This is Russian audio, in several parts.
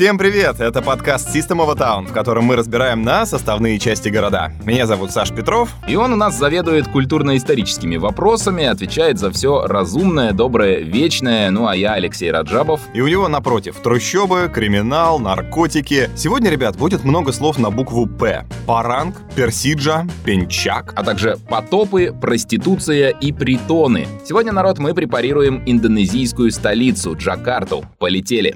Всем привет! Это подкаст System of a Town, в котором мы разбираем на составные части города. Меня зовут Саш Петров. И он у нас заведует культурно-историческими вопросами, отвечает за все разумное, доброе, вечное. Ну а я Алексей Раджабов. И у него напротив трущобы, криминал, наркотики. Сегодня, ребят, будет много слов на букву «П». Паранг, Персиджа, Пенчак. А также потопы, проституция и притоны. Сегодня, народ, мы препарируем индонезийскую столицу Джакарту. Полетели!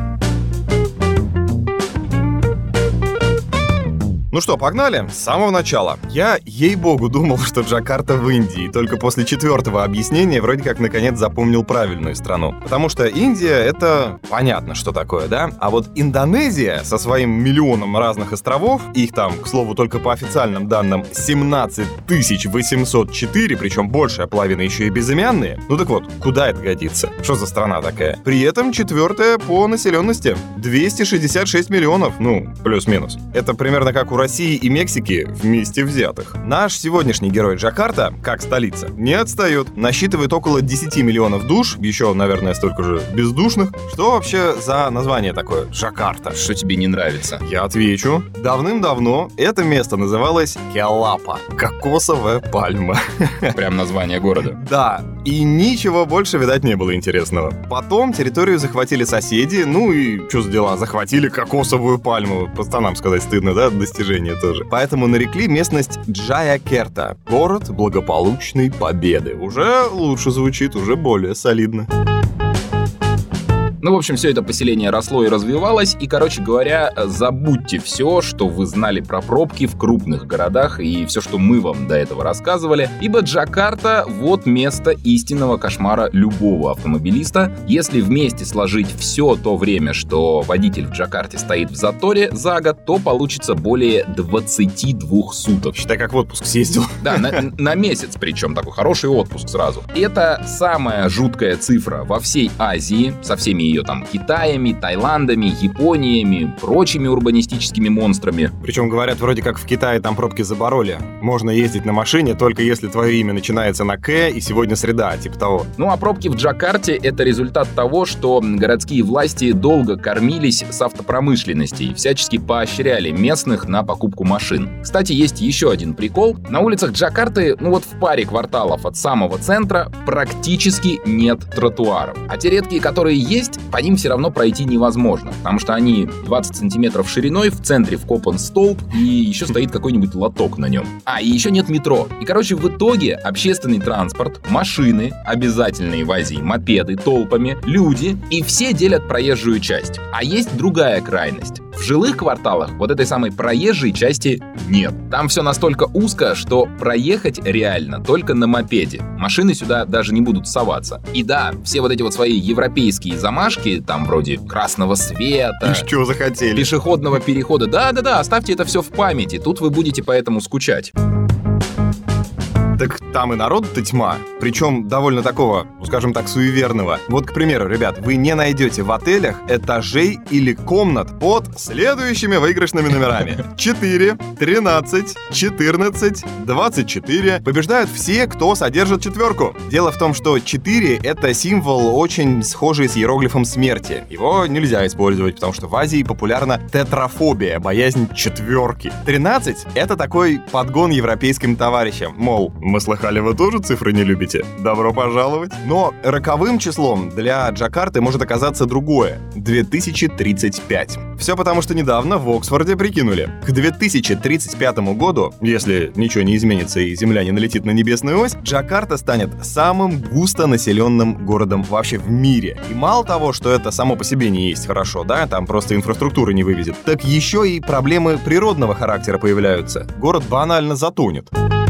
Ну что, погнали? С самого начала. Я, ей-богу, думал, что Джакарта в Индии. Только после 4-го объяснения вроде как наконец запомнил правильную страну. Потому что Индия — это понятно, что такое, да? А вот Индонезия со своим миллионом разных островов, их там, к слову, только по официальным данным 17 804, причем большая половина еще и безымянные. Ну так вот, куда это годится? Что за страна такая? При этом 4-я по населенности. 266 миллионов, ну, плюс-минус. Это примерно как у России и Мексики вместе взятых. Наш сегодняшний герой Джакарта, как столица, не отстает. Насчитывает около 10 миллионов душ, еще, наверное, столько же бездушных. Что вообще за название такое? Джакарта. Что тебе не нравится? Я отвечу. Давным-давно это место называлось Келапа. Кокосовая пальма. Прям название города. Да. И ничего больше, видать, не было интересного. Потом территорию захватили соседи. Ну и что за дела? Захватили кокосовую пальму. Пацанам сказать стыдно, да? Достижение тоже. Поэтому нарекли местность Джаякерта. Город благополучной победы. Уже лучше звучит, уже более солидно. Ну, в общем, все это поселение росло и развивалось, и, короче говоря, забудьте все, что вы знали про пробки в крупных городах и все, что мы вам до этого рассказывали, ибо Джакарта — вот место истинного кошмара любого автомобилиста. Если вместе сложить все то время, что водитель в Джакарте стоит в заторе за год, то получится более 22 суток. Считай, как в отпуск съездил. Да, на месяц причем, такой хороший отпуск сразу. Это самая жуткая цифра во всей Азии, со всеми ее там Китаями, Таиландами, Япониями, прочими урбанистическими монстрами. Причем, говорят, вроде как в Китае там пробки забороли. Можно ездить на машине, только если твое имя начинается на «К» и сегодня среда, типа того. Ну а пробки в Джакарте — это результат того, что городские власти долго кормились с автопромышленности и всячески поощряли местных на покупку машин. Кстати, есть еще один прикол. На улицах Джакарты, ну вот в паре кварталов от самого центра, практически нет тротуаров. А те редкие, которые есть, по ним все равно пройти невозможно, потому что они 20 сантиметров шириной, в центре вкопан столб и еще стоит какой-нибудь лоток на нем. И еще нет метро. И, короче, в итоге общественный транспорт, машины, обязательные в Азии, мопеды, толпами, люди, и все делят проезжую часть. А есть другая крайность. В жилых кварталах вот этой самой проезжей части нет. Там все настолько узко, что проехать реально только на мопеде. Машины сюда даже не будут соваться. И да, все вот эти вот свои европейские замашки, там вроде красного света, чего захотели, пешеходного перехода, да-да-да, оставьте это все в памяти, тут вы будете поэтому скучать. Так там и народу-то тьма, причем довольно такого, скажем так, суеверного. Вот, к примеру, ребят, вы не найдете в отелях этажей или комнат под следующими выигрышными номерами. 4, 13, 14, 24. Побеждают все, кто содержит четверку. Дело в том, что 4 — это символ, очень схожий с иероглифом смерти. Его нельзя использовать, потому что в Азии популярна тетрафобия, боязнь четверки. 13 — это такой подгон европейским товарищам, мол, мы слыхали, вы тоже цифры не любите? Добро пожаловать. Но роковым числом для Джакарты может оказаться другое — 2035. Все потому, что недавно в Оксфорде прикинули. К 2035 году, если ничего не изменится и Земля не налетит на небесную ось, Джакарта станет самым густонаселенным городом вообще в мире. И мало того, что это само по себе не есть хорошо, да, там просто инфраструктура не вывезет, так еще и проблемы природного характера появляются. Город банально затонет.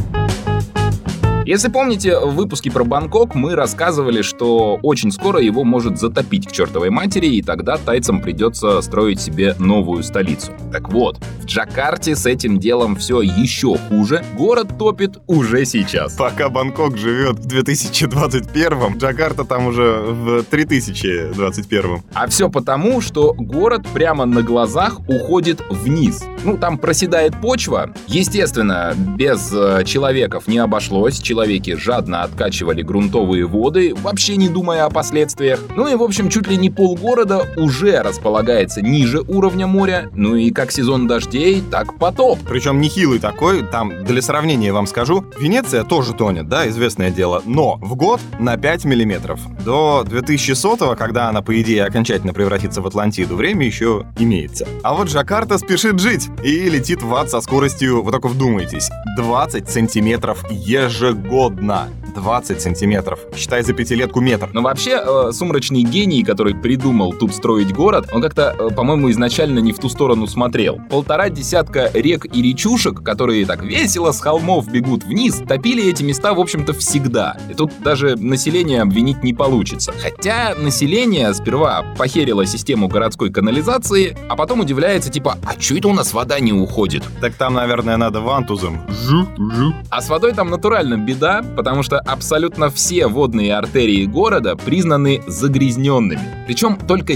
Если помните, в выпуске про Бангкок мы рассказывали, что очень скоро его может затопить к чертовой матери, и тогда тайцам придется строить себе новую столицу. Так вот, в Джакарте с этим делом все еще хуже. Город топит уже сейчас. Пока Бангкок живет в 2021-м, Джакарта там уже в 3021-м. А все потому, что город прямо на глазах уходит вниз. Ну, там проседает почва. Естественно, без человеков не обошлось. человеки жадно откачивали грунтовые воды, вообще не думая о последствиях. Ну и, в общем, чуть ли не полгорода уже располагается ниже уровня моря. Ну и как сезон дождей, так потоп. Причем нехилый такой, там, для сравнения вам скажу, Венеция тоже тонет, да, известное дело, но в год на 5 миллиметров. До 2100-го, когда она, по идее, окончательно превратится в Атлантиду, время еще имеется. А вот Джакарта спешит жить и летит в ад со скоростью, вы только вдумайтесь, 20 сантиметров ежегодно. 20 сантиметров. Считай за пятилетку метр. Но вообще, сумрачный гений, который придумал тут строить город, он как-то, по-моему, изначально не в ту сторону смотрел. 1,5 десятка рек и речушек, которые так весело с холмов бегут вниз, топили эти места, в общем-то, всегда. И тут даже население обвинить не получится. Хотя население сперва похерило систему городской канализации, а потом удивляется, типа, а чё это у нас вода не уходит? Так там, наверное, надо вантузом. А с водой там натурально беда, потому что абсолютно все водные артерии города признаны загрязненными. Причем только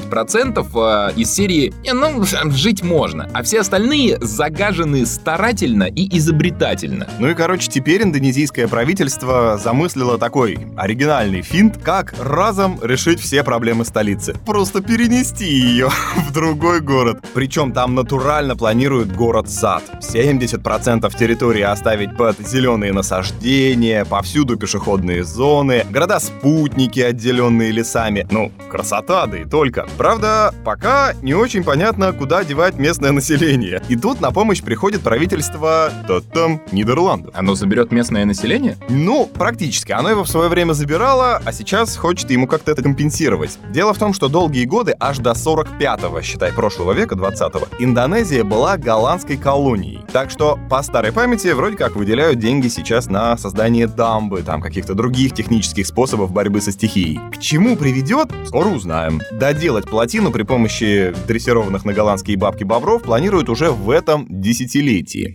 10% из серии жить можно, а все остальные загажены старательно и изобретательно. Ну и, короче, теперь индонезийское правительство замыслило такой оригинальный финт, как разом решить все проблемы столицы. Просто перенести ее в другой город. Причем там натурально планируют город-сад. 70% территории оставить под зеленые насаждения, повсюду пешеходные зоны, города-спутники, отделенные лесами. Ну, красота, да и только. Правда, пока не очень понятно, куда девать местное население. И тут на помощь приходит правительство Нидерландов. Оно заберет местное население? Ну, практически. Оно его в свое время забирало, а сейчас хочет ему как-то это компенсировать. Дело в том, что долгие годы, аж до 45-го, считай, прошлого века, 20-го, Индонезия была голландской колонией. Так что, по старой памяти, вроде как выделяют деньги сейчас на создание дамбы, там каких-то других технических способов борьбы со стихией. К чему приведет, скоро узнаем. Доделать плотину при помощи дрессированных на голландские бабки бобров планируют уже в этом десятилетии.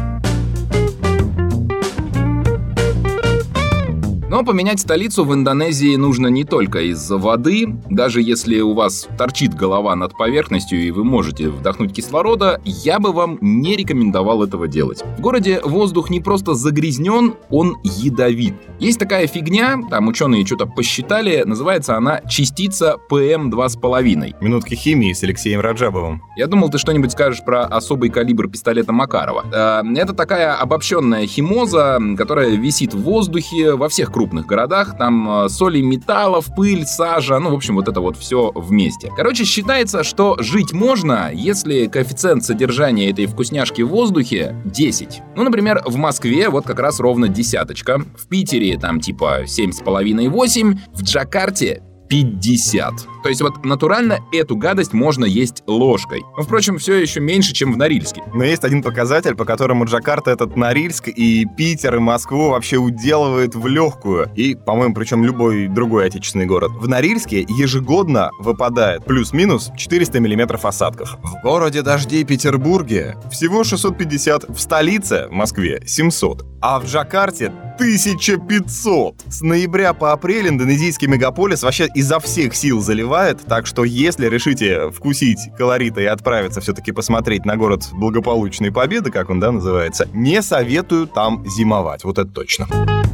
Но поменять столицу в Индонезии нужно не только из-за воды. Даже если у вас торчит голова над поверхностью и вы можете вдохнуть кислорода, я бы вам не рекомендовал этого делать. В городе воздух не просто загрязнен, он ядовит. Есть такая фигня, там ученые что-то посчитали, называется она частица ПМ2,5. Минутки химии с Алексеем Раджабовым. Я думал, ты что-нибудь скажешь про особый калибр пистолета Макарова. Это такая обобщенная химоза, которая висит в воздухе во всех крупных городах. Там соли металлов, пыль, сажа, в общем, вот это вот все вместе. Короче, считается, что жить можно, если коэффициент содержания этой вкусняшки в воздухе 10. Например, в Москве вот как раз ровно 10. В Питере там типа 7,5-8, в Джакарте 50. То есть вот натурально эту гадость можно есть ложкой. Но, впрочем, все еще меньше, чем в Норильске. Но есть один показатель, по которому Джакарта этот Норильск и Питер и Москву вообще уделывает в легкую. И, по-моему, причем любой другой отечественный город. В Норильске ежегодно выпадает плюс-минус 400 миллиметров осадков. В городе дождей Петербурге всего 650. В столице, в Москве, 700. А в Джакарте 1500. С ноября по апрель индонезийский мегаполис вообще изо всех сил заливает, так что если решите вкусить колорита и отправиться все-таки посмотреть на город Благополучной Победы, как он, называется, не советую там зимовать, вот это точно.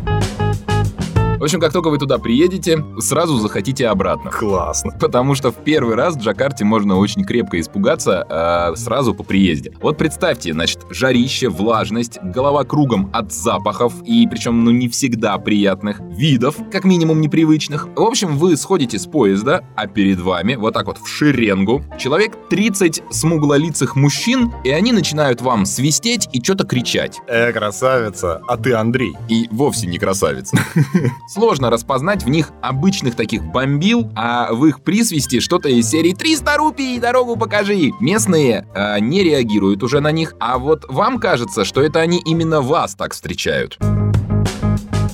В общем, как только вы туда приедете, сразу захотите обратно. Классно. Потому что в первый раз в Джакарте можно очень крепко испугаться сразу по приезде. Вот представьте, значит, жарище, влажность, голова кругом от запахов, и причем, не всегда приятных, видов, как минимум непривычных. В общем, вы сходите с поезда, а перед вами, вот так вот в шеренгу, человек 30 смуглолицых мужчин, и они начинают вам свистеть и что-то кричать. Красавица, а ты Андрей. И вовсе не красавица. Сложно распознать в них обычных таких бомбил, а в их присвисте что-то из серии «300 рупий, дорогу покажи». Местные не реагируют уже на них, а вот вам кажется, что это они именно вас так встречают.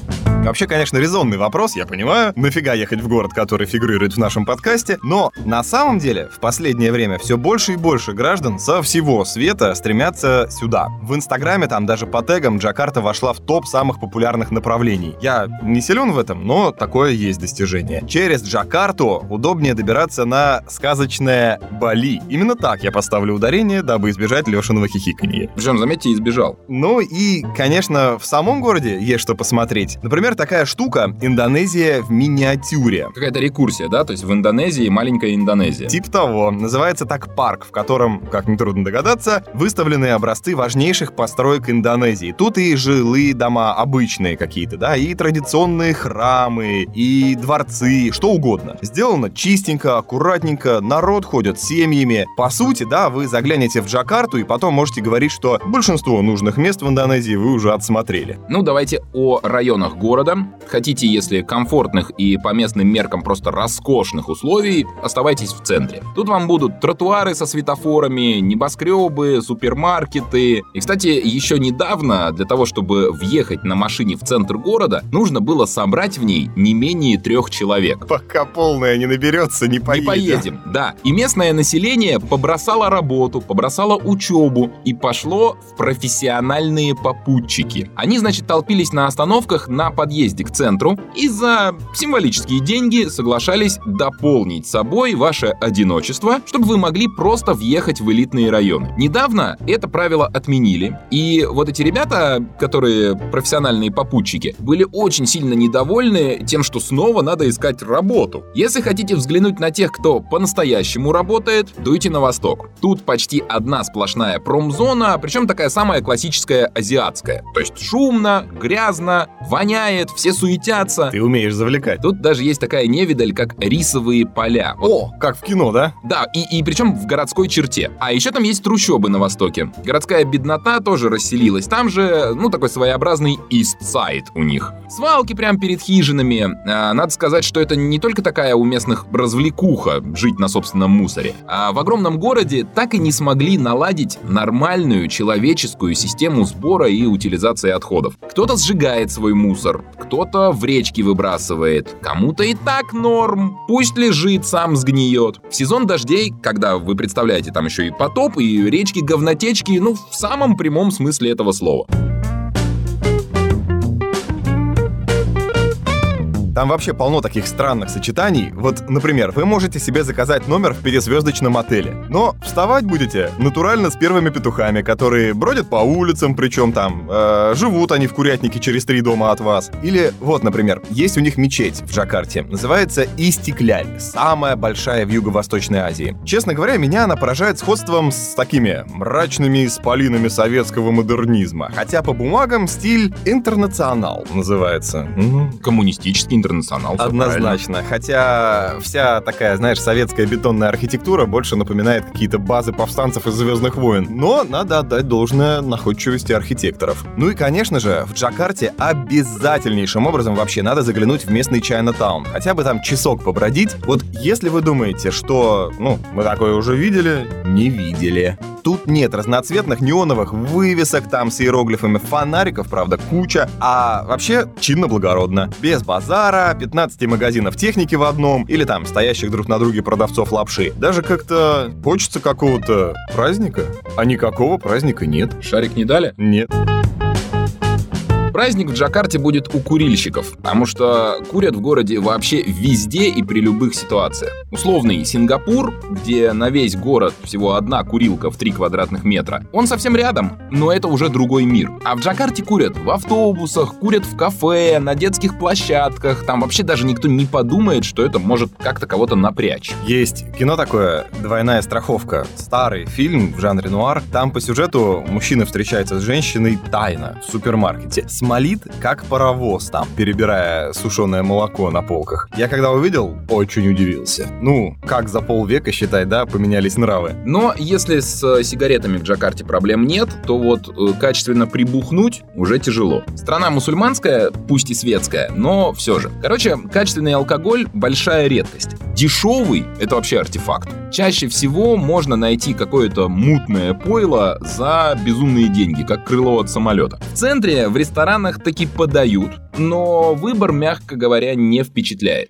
Вообще, конечно, резонный вопрос, я понимаю, нафига ехать в город, который фигурирует в нашем подкасте, но на самом деле в последнее время все больше и больше граждан со всего света стремятся сюда. В Инстаграме там даже по тегам Джакарта вошла в топ самых популярных направлений. Я не силен в этом, но такое есть достижение. Через Джакарту удобнее добираться на сказочное Бали. Именно так я поставлю ударение, дабы избежать Лешиного хихиканья. Причем, заметьте, избежал. Ну и, конечно, в самом городе есть что посмотреть. Например, такая штука — Индонезия в миниатюре. Какая-то рекурсия, да? То есть в Индонезии маленькая Индонезия. Тип того. Называется так парк, в котором, как нетрудно догадаться, выставлены образцы важнейших построек Индонезии. Тут и жилые дома обычные какие-то, да, и традиционные храмы, и дворцы, что угодно. Сделано чистенько, аккуратненько, народ ходит семьями. По сути, да, вы заглянете в Джакарту и потом можете говорить, что большинство нужных мест в Индонезии вы уже отсмотрели. Ну, давайте о районах города. Хотите, если комфортных и по местным меркам просто роскошных условий, оставайтесь в центре. Тут вам будут тротуары со светофорами, небоскребы, супермаркеты. И, кстати, еще недавно для того, чтобы въехать на машине в центр города, нужно было собрать в ней не менее 3 человек. Пока полная не наберется, не поедем. Не поедем, да. И местное население побросало работу, побросало учебу и пошло в профессиональные попутчики. Они, значит, толпились на остановках на подъезде к центру и за символические деньги соглашались дополнить собой ваше одиночество, чтобы вы могли просто въехать в элитные районы. Недавно это правило отменили, и вот эти ребята, которые профессиональные попутчики, были очень сильно недовольны тем, что снова надо искать работу. Если хотите взглянуть на тех, кто по-настоящему работает, дуйте на восток. Тут почти одна сплошная промзона, причем такая самая классическая азиатская. То есть шумно, грязно, воняет, все суетятся. Ты умеешь завлекать. Тут даже есть такая невидаль, как рисовые поля. О, как в кино, да? Да, и причем в городской черте. А еще там есть трущобы на востоке. Городская беднота тоже расселилась. Там же, такой своеобразный East Side у них. Свалки прямо перед хижинами. Надо сказать, что это не только такая у местных развлекуха жить на собственном мусоре. А в огромном городе так и не смогли наладить нормальную человеческую систему сбора и утилизации отходов. Кто-то сжигает свой мусор, кто-то в речки выбрасывает, кому-то и так норм. Пусть лежит, сам сгниет. В сезон дождей, когда вы представляете там еще и потоп, и речки-говнотечки, в самом прямом смысле этого слова. Там вообще полно таких странных сочетаний. Вот, например, вы можете себе заказать номер в 5-звездочном отеле, но вставать будете натурально с первыми петухами, которые бродят по улицам, причем там живут они в курятнике через 3 дома от вас. Или вот, например, есть у них мечеть в Джакарте, называется Истикляль, самая большая в Юго-Восточной Азии. Честно говоря, меня она поражает сходством с такими мрачными исполинами советского модернизма, хотя по бумагам стиль интернационал называется. Коммунистический интернационал. Однозначно. Хотя вся такая, советская бетонная архитектура больше напоминает какие-то базы повстанцев из «Звездных войн». Но надо отдать должное находчивости архитекторов. Ну и, конечно же, в Джакарте обязательнейшим образом вообще надо заглянуть в местный Чайна-таун. Хотя бы там часок побродить. Вот если вы думаете, что, мы такое уже видели, не видели. Тут нет разноцветных неоновых вывесок там с иероглифами, фонариков, правда, куча. А вообще чинно-благородно. Без базара, 15 магазинов техники в одном, или там стоящих друг на друге продавцов лапши. Даже как-то хочется какого-то праздника. А никакого праздника нет. Шарик не дали? Нет. Праздник в Джакарте будет у курильщиков, потому что курят в городе вообще везде и при любых ситуациях. Условный Сингапур, где на весь город всего одна курилка в 3 квадратных метра, он совсем рядом, но это уже другой мир. А в Джакарте курят в автобусах, курят в кафе, на детских площадках, там вообще даже никто не подумает, что это может как-то кого-то напрячь. Есть кино такое «Двойная страховка», старый фильм в жанре нуар, там по сюжету мужчина встречается с женщиной тайно в супермаркете. Смолит, как паровоз там, перебирая сушеное молоко на полках. Я когда увидел, очень удивился. Как за полвека, считай, да, поменялись нравы. Но если с сигаретами в Джакарте проблем нет, то вот качественно прибухнуть уже тяжело. Страна мусульманская, пусть и светская, но все же. Короче, качественный алкоголь — большая редкость. Дешевый — это вообще артефакт. чаще всего можно найти какое-то мутное пойло за безумные деньги, как крыло от самолета. В центре в ресторанах таки подают, но выбор, мягко говоря, не впечатляет.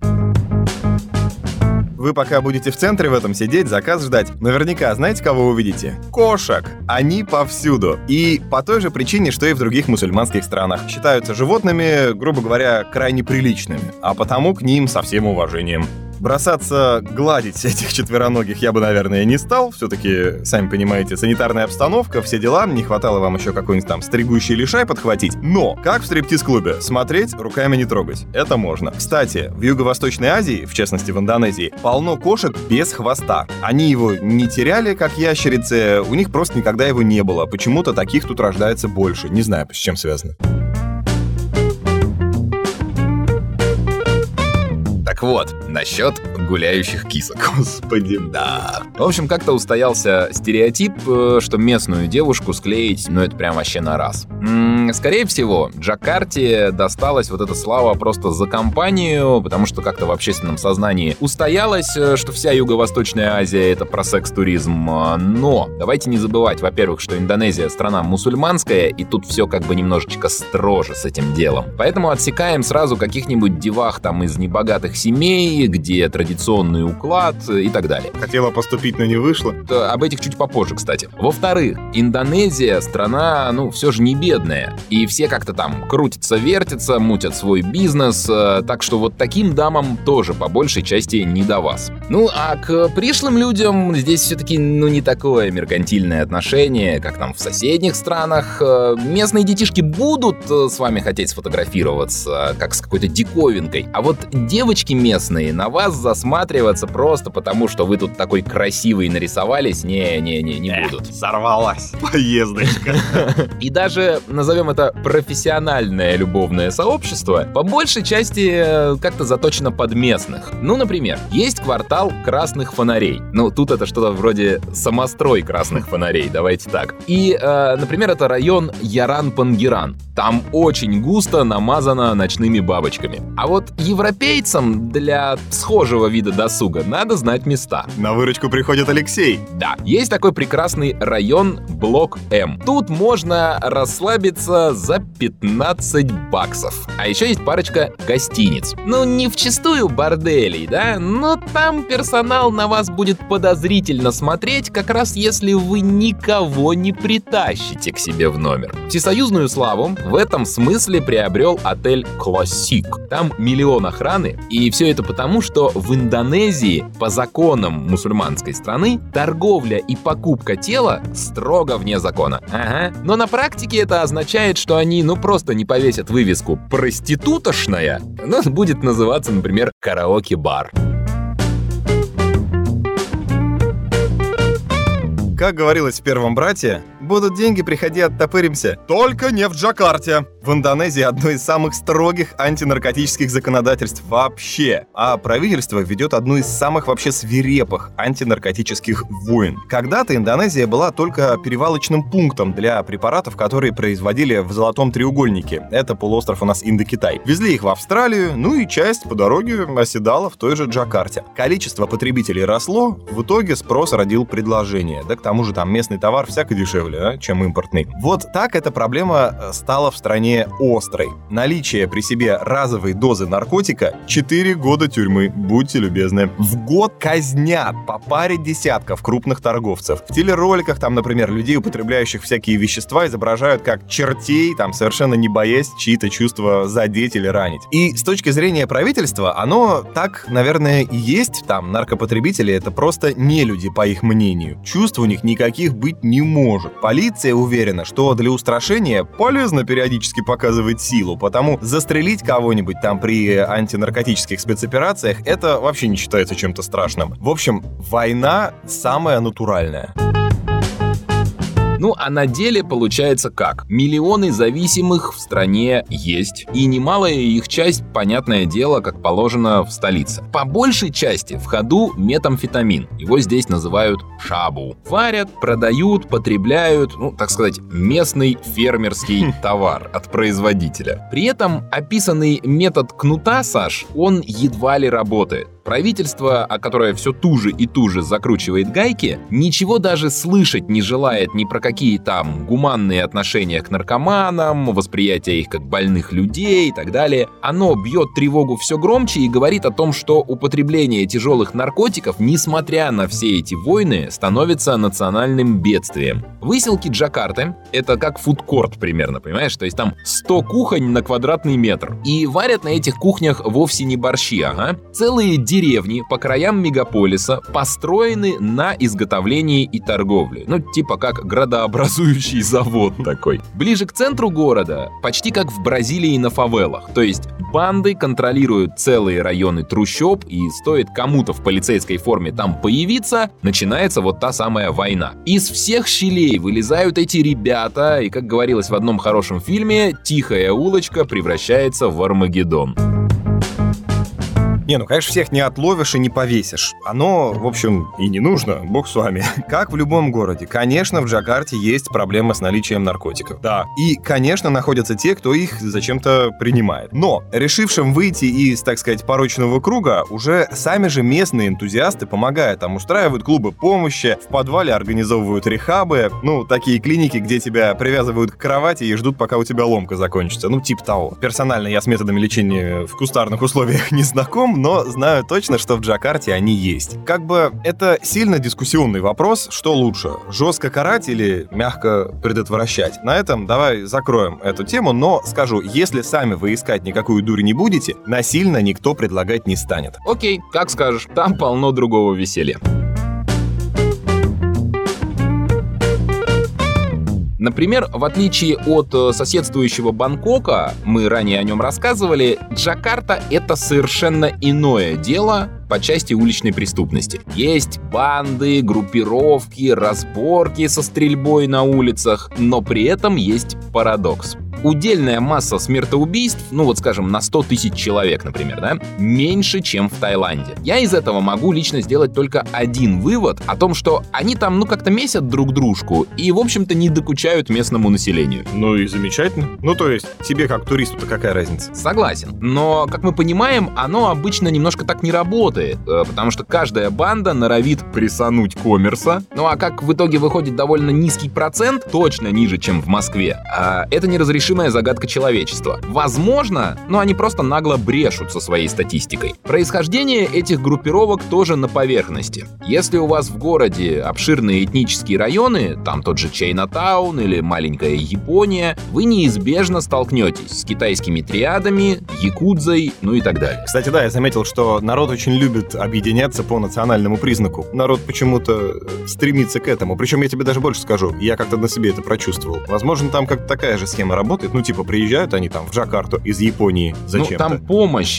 Вы пока будете в центре в этом сидеть, заказ ждать, наверняка знаете, кого увидите? Кошек! Они повсюду. И по той же причине, что и в других мусульманских странах. Считаются животными, грубо говоря, крайне приличными, а потому к ним со всем уважением. Бросаться гладить этих четвероногих я бы, наверное, не стал. Все-таки, сами понимаете, санитарная обстановка, все дела. Не хватало вам еще какой-нибудь там стригущий лишай подхватить. Но, как в стриптиз-клубе, смотреть, руками не трогать. Это можно. Кстати, в Юго-Восточной Азии, в частности в Индонезии, полно кошек без хвоста. Они его не теряли, как ящерицы, у них просто никогда его не было. Почему-то таких тут рождается больше. Не знаю, с чем связано. Так вот, насчет гуляющих кисок. Господи. Да. В общем, как-то устоялся стереотип, что местную девушку склеить, это прям вообще на раз. Скорее всего, Джакарте досталась вот эта слава просто за компанию, потому что как-то в общественном сознании устоялось, что вся Юго-Восточная Азия — это про секс-туризм. Но давайте не забывать, во-первых, что Индонезия — страна мусульманская, и тут все как бы немножечко строже с этим делом. Поэтому отсекаем сразу каких-нибудь девах там из небогатых семей, где традиционный уклад и так далее. Хотела поступить, но не вышло. Об этих чуть попозже, кстати. Во-вторых, Индонезия — страна, все же не бедная. И все как-то там крутятся, вертятся, мутят свой бизнес. Так что вот таким дамам тоже по большей части не до вас. А к пришлым людям здесь все-таки, не такое меркантильное отношение, как там в соседних странах. Местные детишки будут с вами хотеть сфотографироваться, как с какой-то диковинкой. А вот девочки местные на вас засматриваться просто потому, что вы тут такой красивый нарисовались, не будут. Сорвалась поездочка. И даже, назовем это, профессиональное любовное сообщество, по большей части как-то заточено под местных. Например, есть квартал красных фонарей. Тут это что-то вроде самострой красных фонарей, давайте так. И, например, это район Яран-Пангиран. Там очень густо намазано ночными бабочками. А вот европейцам для схожего вида досуга надо знать места. На выручку приходит Алексей. Да, есть такой прекрасный район Блок М. Тут можно расслабиться за 15 баксов. А еще есть парочка гостиниц. Не вчистую борделей, да? Но там персонал на вас будет подозрительно смотреть, как раз если вы никого не притащите к себе в номер. Всесоюзную славу в этом смысле приобрел отель Классик. Там миллион охраны, и все это потому, что в Индонезии по законам мусульманской страны торговля и покупка тела строго вне закона. Ага. Но на практике это означает, что они просто не повесят вывеску «проститутошная», но будет называться, например, караоке-бар. Как говорилось в «Первом брате», будут деньги, приходи, оттопыримся. Только не в Джакарте. В Индонезии одно из самых строгих антинаркотических законодательств вообще. А правительство ведет одну из самых вообще свирепых антинаркотических войн. Когда-то Индонезия была только перевалочным пунктом для препаратов, которые производили в Золотом треугольнике. Это полуостров у нас Индокитай. Везли их в Австралию, и часть по дороге оседала в той же Джакарте. Количество потребителей росло, в итоге спрос родил предложение. Да к тому же там местный товар всяко дешевле, чем импортный. Вот так эта проблема стала в стране острой. Наличие при себе разовой дозы наркотика — 4 года тюрьмы, будьте любезны. В год казнят по паре десятков крупных торговцев. В телероликах там, например, людей, употребляющих всякие вещества, изображают как чертей, там совершенно не боясь чьи-то чувства задеть или ранить. И с точки зрения правительства, оно так, наверное, и есть. Там наркопотребители — это просто нелюди, по их мнению. Чувств у них никаких быть не может. Полиция уверена, что для устрашения полезно периодически показывать силу, потому застрелить кого-нибудь там при антинаркотических спецоперациях — это вообще не считается чем-то страшным. В общем, война самая натуральная. А на деле получается как? Миллионы зависимых в стране есть, и немалая их часть, понятное дело, как положено, в столице. По большей части в ходу метамфетамин. Его здесь называют шабу. Варят, продают, потребляют, так сказать, местный фермерский товар от производителя. При этом описанный метод кнута, Саш, он едва ли работает. Правительство, которое все туже и туже закручивает гайки, ничего даже слышать не желает ни про какие там гуманные отношения к наркоманам, восприятие их как больных людей и так далее. Оно бьет тревогу все громче и говорит о том, что употребление тяжелых наркотиков, несмотря на все эти войны, становится национальным бедствием. Выселки Джакарты — это как фудкорт примерно, понимаешь? То есть там 100 кухонь на квадратный метр. И варят на этих кухнях вовсе не борщи, ага. Целые деревни по краям мегаполиса построены на изготовлении и торговле. Ну, типа как градообразующий завод такой. Ближе к центру города почти как в Бразилии на фавелах. То есть банды контролируют целые районы трущоб, и стоит кому-то в полицейской форме там появиться, начинается вот та самая война. Из всех щелей вылезают эти ребята, и, как говорилось в одном хорошем фильме, тихая улочка превращается в Армагеддон. Не, ну, конечно, всех не отловишь и не повесишь. Оно, в общем, и не нужно, бог с вами. Как в любом городе. Конечно, в Джакарте есть проблемы с наличием наркотиков. Да. И, конечно, находятся те, кто их зачем-то принимает. Но решившим выйти из, так сказать, порочного круга, уже сами же местные энтузиасты помогают. Там устраивают клубы помощи, в подвале организовывают рехабы. Ну, такие клиники, где тебя привязывают к кровати и ждут, пока у тебя ломка закончится. Ну, типа того. Персонально я с методами лечения в кустарных условиях не знаком, но знаю точно, что в Джакарте они есть. Как бы это сильно дискуссионный вопрос, что лучше, жестко карать или мягко предотвращать. На этом давай закроем эту тему, но скажу, если сами вы искать никакую дурь не будете, насильно никто предлагать не станет. Окей, как скажешь, там полно другого веселья. Например, в отличие от соседствующего Бангкока, мы ранее о нем рассказывали, Джакарта — это совершенно иное дело по части уличной преступности. Есть банды, группировки, разборки со стрельбой на улицах, но при этом есть парадокс. Удельная масса смертоубийств, ну вот скажем, на 100 тысяч человек, например, да, меньше, чем в Таиланде. Я из этого могу лично сделать только один вывод о том, что они там, ну, как-то месят друг дружку и, в общем-то, не докучают местному населению. Ну и замечательно. Ну, то есть, тебе как туристу-то какая разница? Согласен. Но, как мы понимаем, оно обычно немножко так не работает, потому что каждая банда норовит прессануть коммерса. Ну а как в итоге выходит довольно низкий процент, точно ниже, чем в Москве, это неразрешимая загадка человечества. Возможно, но они просто нагло брешут со своей статистикой. Происхождение этих группировок тоже на поверхности. Если у вас в городе обширные этнические районы, там тот же Чайнатаун или маленькая Япония, вы неизбежно столкнетесь с китайскими триадами, якудзой, ну и так далее. Кстати, да, я заметил, что народ очень любит объединяться по национальному признаку. Народ почему-то стремится к этому. Причем я тебе даже больше скажу, я как-то на себе это прочувствовал. Возможно, там как-то такая же схема работает. Ну, типа, приезжают они там в Джакарту из Японии зачем-то. Ну, там помощь.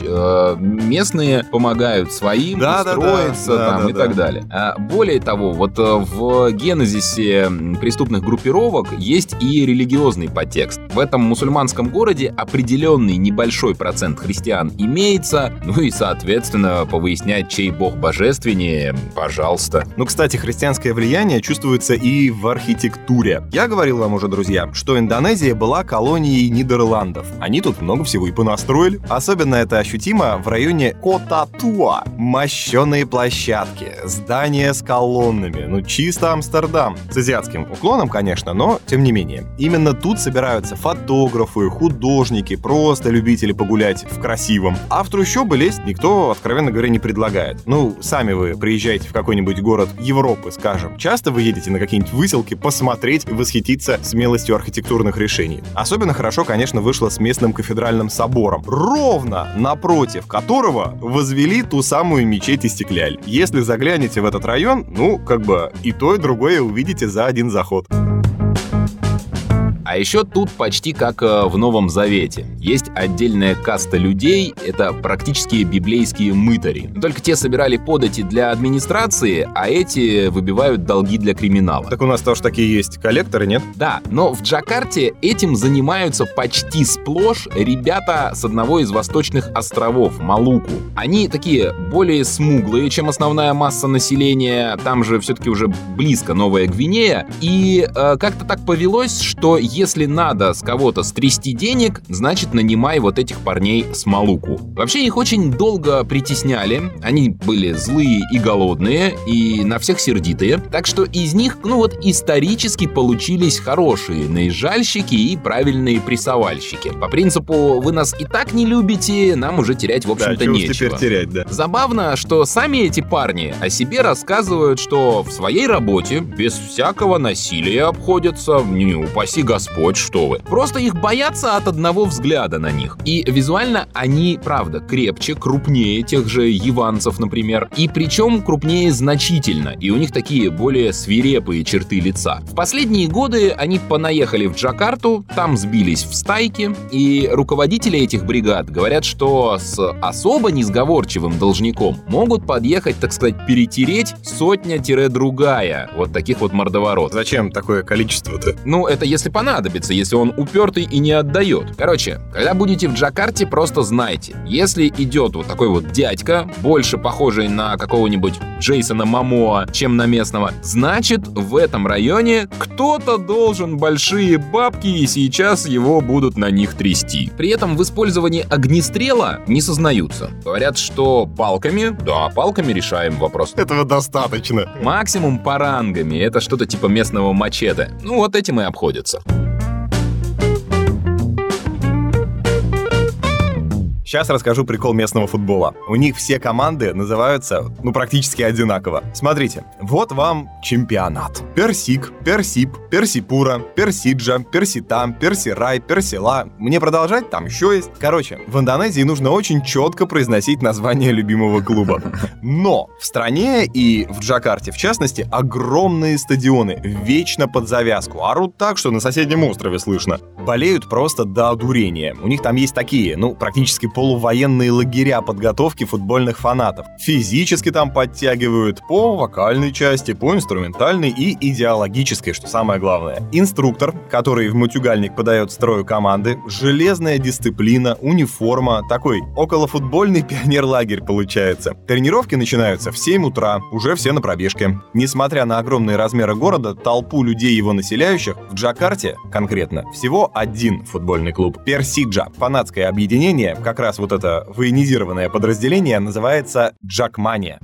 Местные помогают своим устроиться и так далее. Более того, вот в генезисе преступных группировок есть и религиозный подтекст. В этом мусульманском городе определенный небольшой процент христиан имеется, ну и, соответственно, повыяснять, чей бог божественнее, пожалуйста. Ну, кстати, христианское влияние чувствуется и в архитектуре. Я говорил вам уже, друзья, что Индонезия была колонией Нидерландов. Они тут много всего и понастроили. Особенно это ощутимо в районе Кота-Туа. Мощеные площадки, здания с колоннами. Ну, чисто Амстердам. С азиатским уклоном, конечно, но тем не менее. Именно тут собираются фотографы, художники, просто любители погулять в красивом. А в трущобы лезть никто, откровенно говоря, не предлагает. Ну, сами вы приезжаете в какой-нибудь город Европы, скажем. Часто вы едете на какие-нибудь выселки посмотреть и восхититься смелостью архитектурных решений. Особенно хорошо, конечно, вышло с местным кафедральным собором, ровно напротив которого возвели ту самую мечеть Истикляль. Если заглянете в этот район, ну, как бы и то, и другое увидите за один заход. А еще тут почти как в Новом Завете. Есть отдельная каста людей, это практически библейские мытари. Только те собирали подати для администрации, а эти выбивают долги для криминала. Так у нас тоже такие есть коллекторы, нет? Да, но в Джакарте этим занимаются почти сплошь ребята с одного из восточных островов, Малуку. Они такие более смуглые, чем основная масса населения, там же все-таки уже близко Новая Гвинея. И как-то так повелось, что если если надо с кого-то стрясти денег, значит, нанимай вот этих парней с Малуку. Вообще, их очень долго притесняли. Они были злые и голодные, и на всех сердитые. Так что из них, исторически получились хорошие наезжальщики и правильные прессовальщики. По принципу, вы нас и так не любите, нам уже терять, в общем-то, нечего. Теперь терять, да. Забавно, что сами эти парни о себе рассказывают, что в своей работе без всякого насилия обходятся, не упаси Господь, что вы. Просто их боятся от одного взгляда на них. И визуально они, правда, крепче, крупнее тех же яванцев, например. И причем крупнее значительно. И у них такие более свирепые черты лица. В последние годы они понаехали в Джакарту, там сбились в стайки. И руководители этих бригад говорят, что с особо несговорчивым должником могут подъехать, так сказать, перетереть сотня-другая вот таких вот мордоворот. Зачем такое количество-то? Это если понадобится, если он упертый и не отдает. Короче, когда будете в Джакарте, просто знайте, если идет вот такой вот дядька, больше похожий на какого-нибудь Джейсона Момоа, чем на местного, значит, в этом районе кто-то должен большие бабки, и сейчас его будут на них трясти. При этом в использовании огнестрела не сознаются. Говорят, что палками, да, палками решаем вопрос. Этого достаточно. Максимум парангами, это что-то типа местного мачете. Вот этим и обходятся. Сейчас расскажу прикол местного футбола. У них все команды называются, практически одинаково. Смотрите, вот вам чемпионат. Персик, Персип, Персипура, Персиджа, Перситам, Персирай, Персила. Мне продолжать? Там еще есть. Короче, в Индонезии нужно очень четко произносить название любимого клуба. Но в стране и в Джакарте, в частности, огромные стадионы, вечно под завязку. Орут так, что на соседнем острове слышно. Болеют просто до одурения. У них там есть такие, практически полувоенные лагеря подготовки футбольных фанатов. Физически там подтягивают по вокальной части, по инструментальной и идеологической, что самое главное. Инструктор, который в матюгальник подает строю команды, железная дисциплина, униформа, такой околофутбольный пионерлагерь получается. Тренировки начинаются в 7 утра, уже все на пробежке. Несмотря на огромные размеры города, толпу людей его населяющих, в Джакарте конкретно всего один футбольный клуб — Персиджа. Фанатское объединение, как раз вот это военизированное подразделение, называется Джакмания.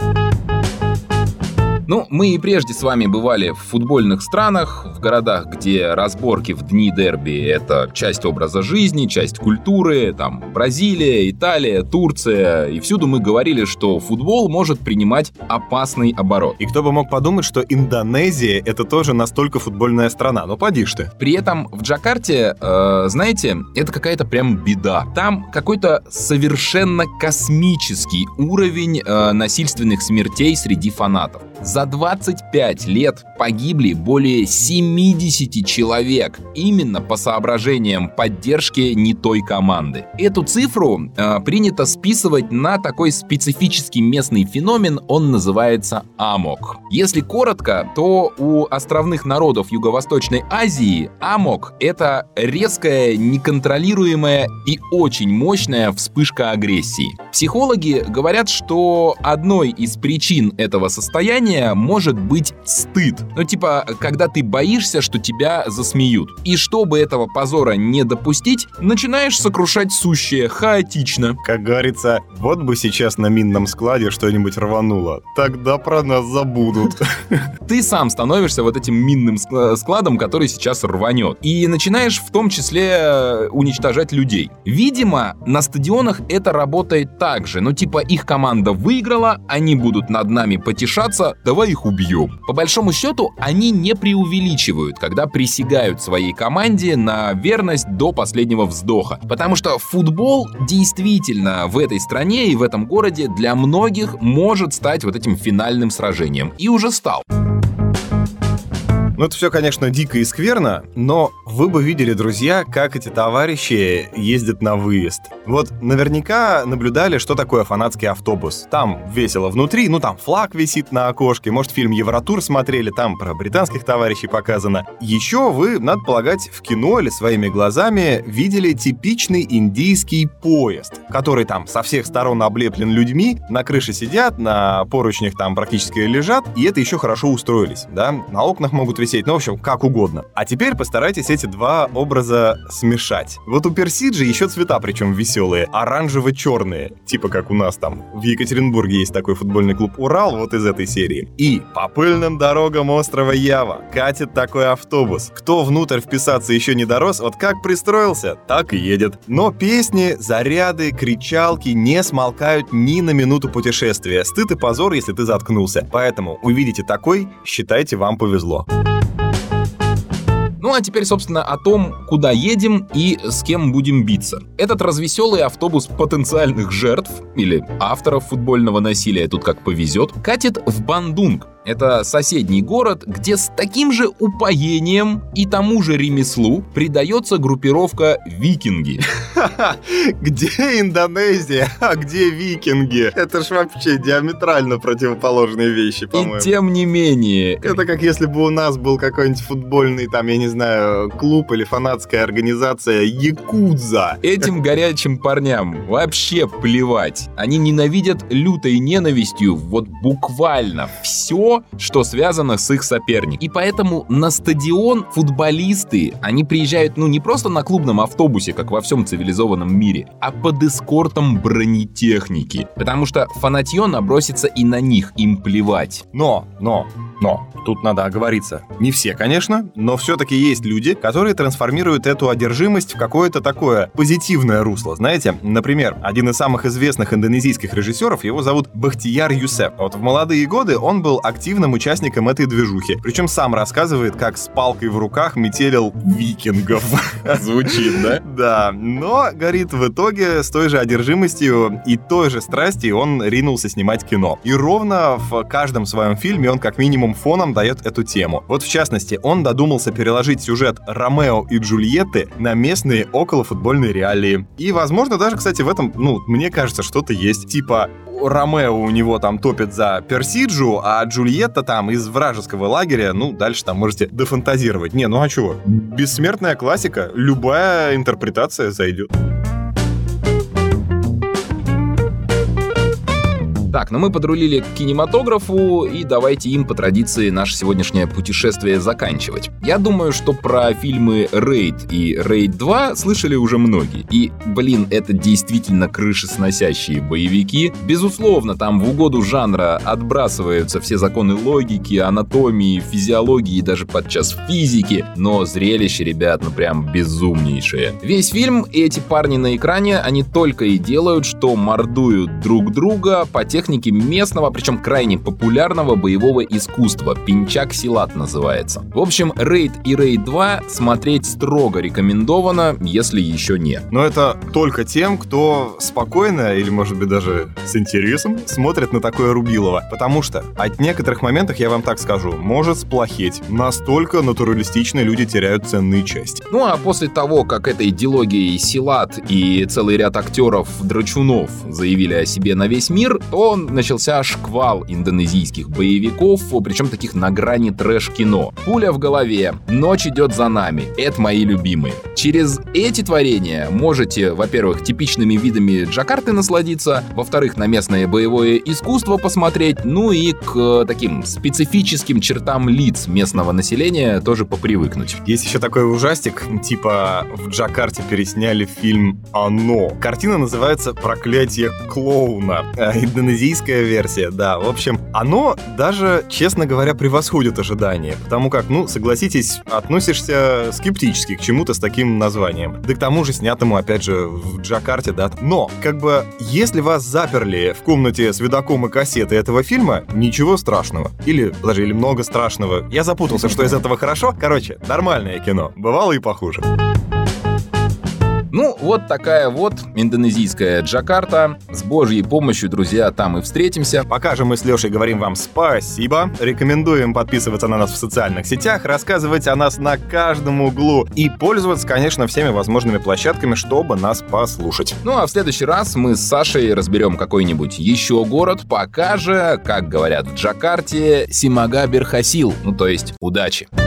Мы и прежде с вами бывали в футбольных странах, в городах, где разборки в дни дерби — это часть образа жизни, часть культуры, там Бразилия, Италия, Турция, и всюду мы говорили, что футбол может принимать опасный оборот. И кто бы мог подумать, что Индонезия — это тоже настолько футбольная страна, поди ж ты. При этом в Джакарте, знаете, это какая-то прям беда. Там какой-то совершенно космический уровень насильственных смертей среди фанатов. За 25 лет погибли более 70 человек именно по соображениям поддержки не той команды. Эту цифру принято списывать на такой специфический местный феномен, он называется амок. Если коротко, то у островных народов Юго-Восточной Азии амок — это резкая, неконтролируемая и очень мощная вспышка агрессии. Психологи говорят, что одной из причин этого состояния может быть стыд. Когда ты боишься, что тебя засмеют. И чтобы этого позора не допустить, начинаешь сокрушать сущее хаотично. Как говорится, вот бы сейчас на минном складе что-нибудь рвануло. Тогда про нас забудут. Ты сам становишься вот этим минным складом, который сейчас рванет. И начинаешь в том числе уничтожать людей. Видимо, на стадионах это работает так же. Их команда выиграла, они будут над нами потешаться, давай их убьем. По большому счету, они не преувеличивают, когда присягают своей команде на верность до последнего вздоха. Потому что футбол действительно в этой стране и в этом городе для многих может стать вот этим финальным сражением. И уже стал. Это все, конечно, дико и скверно, но вы бы видели, друзья, как эти товарищи ездят на выезд. Наверняка наблюдали, что такое фанатский автобус. Там весело внутри, там флаг висит на окошке, может, фильм «Евротур» смотрели, там про британских товарищей показано. Еще вы, надо полагать, в кино или своими глазами видели типичный индийский поезд, который там со всех сторон облеплен людьми, на крыше сидят, на поручнях там практически лежат, и это еще хорошо устроились, да? На окнах могут висеть сеть, ну, в общем, как угодно. А теперь постарайтесь эти два образа смешать. Вот у Персиджи еще цвета, причем веселые, оранжево-черные, типа как у нас там в Екатеринбурге есть такой футбольный клуб «Урал», вот из этой серии. И по пыльным дорогам острова Ява катит такой автобус. Кто внутрь вписаться еще не дорос, вот как пристроился, так и едет. Но песни, заряды, кричалки не смолкают ни на минуту путешествия. Стыд и позор, если ты заткнулся. Поэтому увидите такой, считайте, вам повезло. Ну а теперь, собственно, о том, куда едем и с кем будем биться. Этот развеселый автобус потенциальных жертв, или авторов футбольного насилия, тут как повезет, катит в Бандунг. Это соседний город, где с таким же упоением и тому же ремеслу предается группировка «Викинги». Где Индонезия, а где викинги? Это ж вообще диаметрально противоположные вещи, по-моему. И тем не менее... Это как если бы у нас был какой-нибудь футбольный, там, я не знаю, клуб или фанатская организация «Якудза». Этим горячим парням вообще плевать. Они ненавидят лютой ненавистью вот буквально все, что связано с их соперником. И поэтому на стадион футболисты, они приезжают, не просто на клубном автобусе, как во всем цивилизованном мире, а под эскортом бронетехники. Потому что фанатье набросится и на них, им плевать. Но, тут надо оговориться. Не все, конечно, но все-таки есть люди, которые трансформируют эту одержимость в какое-то такое позитивное русло. Знаете, например, один из самых известных индонезийских режиссеров, его зовут Бахтияр Юсеф. Вот в молодые годы он был активным участником этой движухи. Причем сам рассказывает, как с палкой в руках метелил викингов. Звучит, да? Да, но, говорит, в итоге с той же одержимостью и той же страстью он ринулся снимать кино. И ровно в каждом своем фильме он как минимум фоном дает эту тему. Вот в частности, он додумался переложить сюжет Ромео и Джульетты на местные околофутбольные реалии. И, возможно, даже, кстати, в этом, мне кажется, что-то есть. Типа, Ромео у него там топит за Персиджу, а Джульетта там из вражеского лагеря, дальше там можете дофантазировать. А чего? Бессмертная классика, любая интерпретация зайдет. Так, мы подрулили к кинематографу, и давайте им по традиции наше сегодняшнее путешествие заканчивать. Я думаю, что про фильмы «Рейд» и «Рейд 2» слышали уже многие. И, это действительно крышесносящие боевики. Безусловно, там в угоду жанра отбрасываются все законы логики, анатомии, физиологии и даже подчас физики, но зрелище, ребят, прям безумнейшее. Весь фильм и эти парни на экране, они только и делают, что мордуют друг друга по технике местного, причем крайне популярного боевого искусства. Пинчак-силат называется. В общем, «Рейд» и «Рейд 2» смотреть строго рекомендовано, если еще нет. Но это только тем, кто спокойно, или, может быть, даже с интересом смотрит на такое рубилово. Потому что от некоторых моментов, я вам так скажу, может сплохеть. Настолько натуралистично люди теряют ценные части. А после того, как этой дилогией Силат и целый ряд актеров-драчунов заявили о себе на весь мир, то начался шквал индонезийских боевиков, причем таких на грани трэш-кино. «Пуля в голове», «Ночь идет за нами» — это мои любимые. Через эти творения можете, во-первых, типичными видами Джакарты насладиться, во-вторых, на местное боевое искусство посмотреть, и к таким специфическим чертам лиц местного населения тоже попривыкнуть. Есть еще такой ужастик, типа в Джакарте пересняли фильм «Оно». Картина называется «Проклятие клоуна». Индонезийская версия, да. В общем, «Оно» даже, честно говоря, превосходит ожидания, потому как, согласитесь, относишься скептически к чему-то с таким названием. Да к тому же снятому, опять же, в Джакарте, да. Но, если вас заперли в комнате с видоком и кассетой этого фильма, ничего страшного. Или много страшного. Я запутался, что из этого хорошо. Короче, нормальное кино. Бывало и похуже. Вот такая вот индонезийская Джакарта. С Божьей помощью, друзья, там и встретимся. Пока же мы с Лешей говорим вам спасибо. Рекомендуем подписываться на нас в социальных сетях, рассказывать о нас на каждом углу и пользоваться, конечно, всеми возможными площадками, чтобы нас послушать. А в следующий раз мы с Сашей разберем какой-нибудь еще город. Пока же, как говорят в Джакарте, Симага Берхасил. То есть удачи.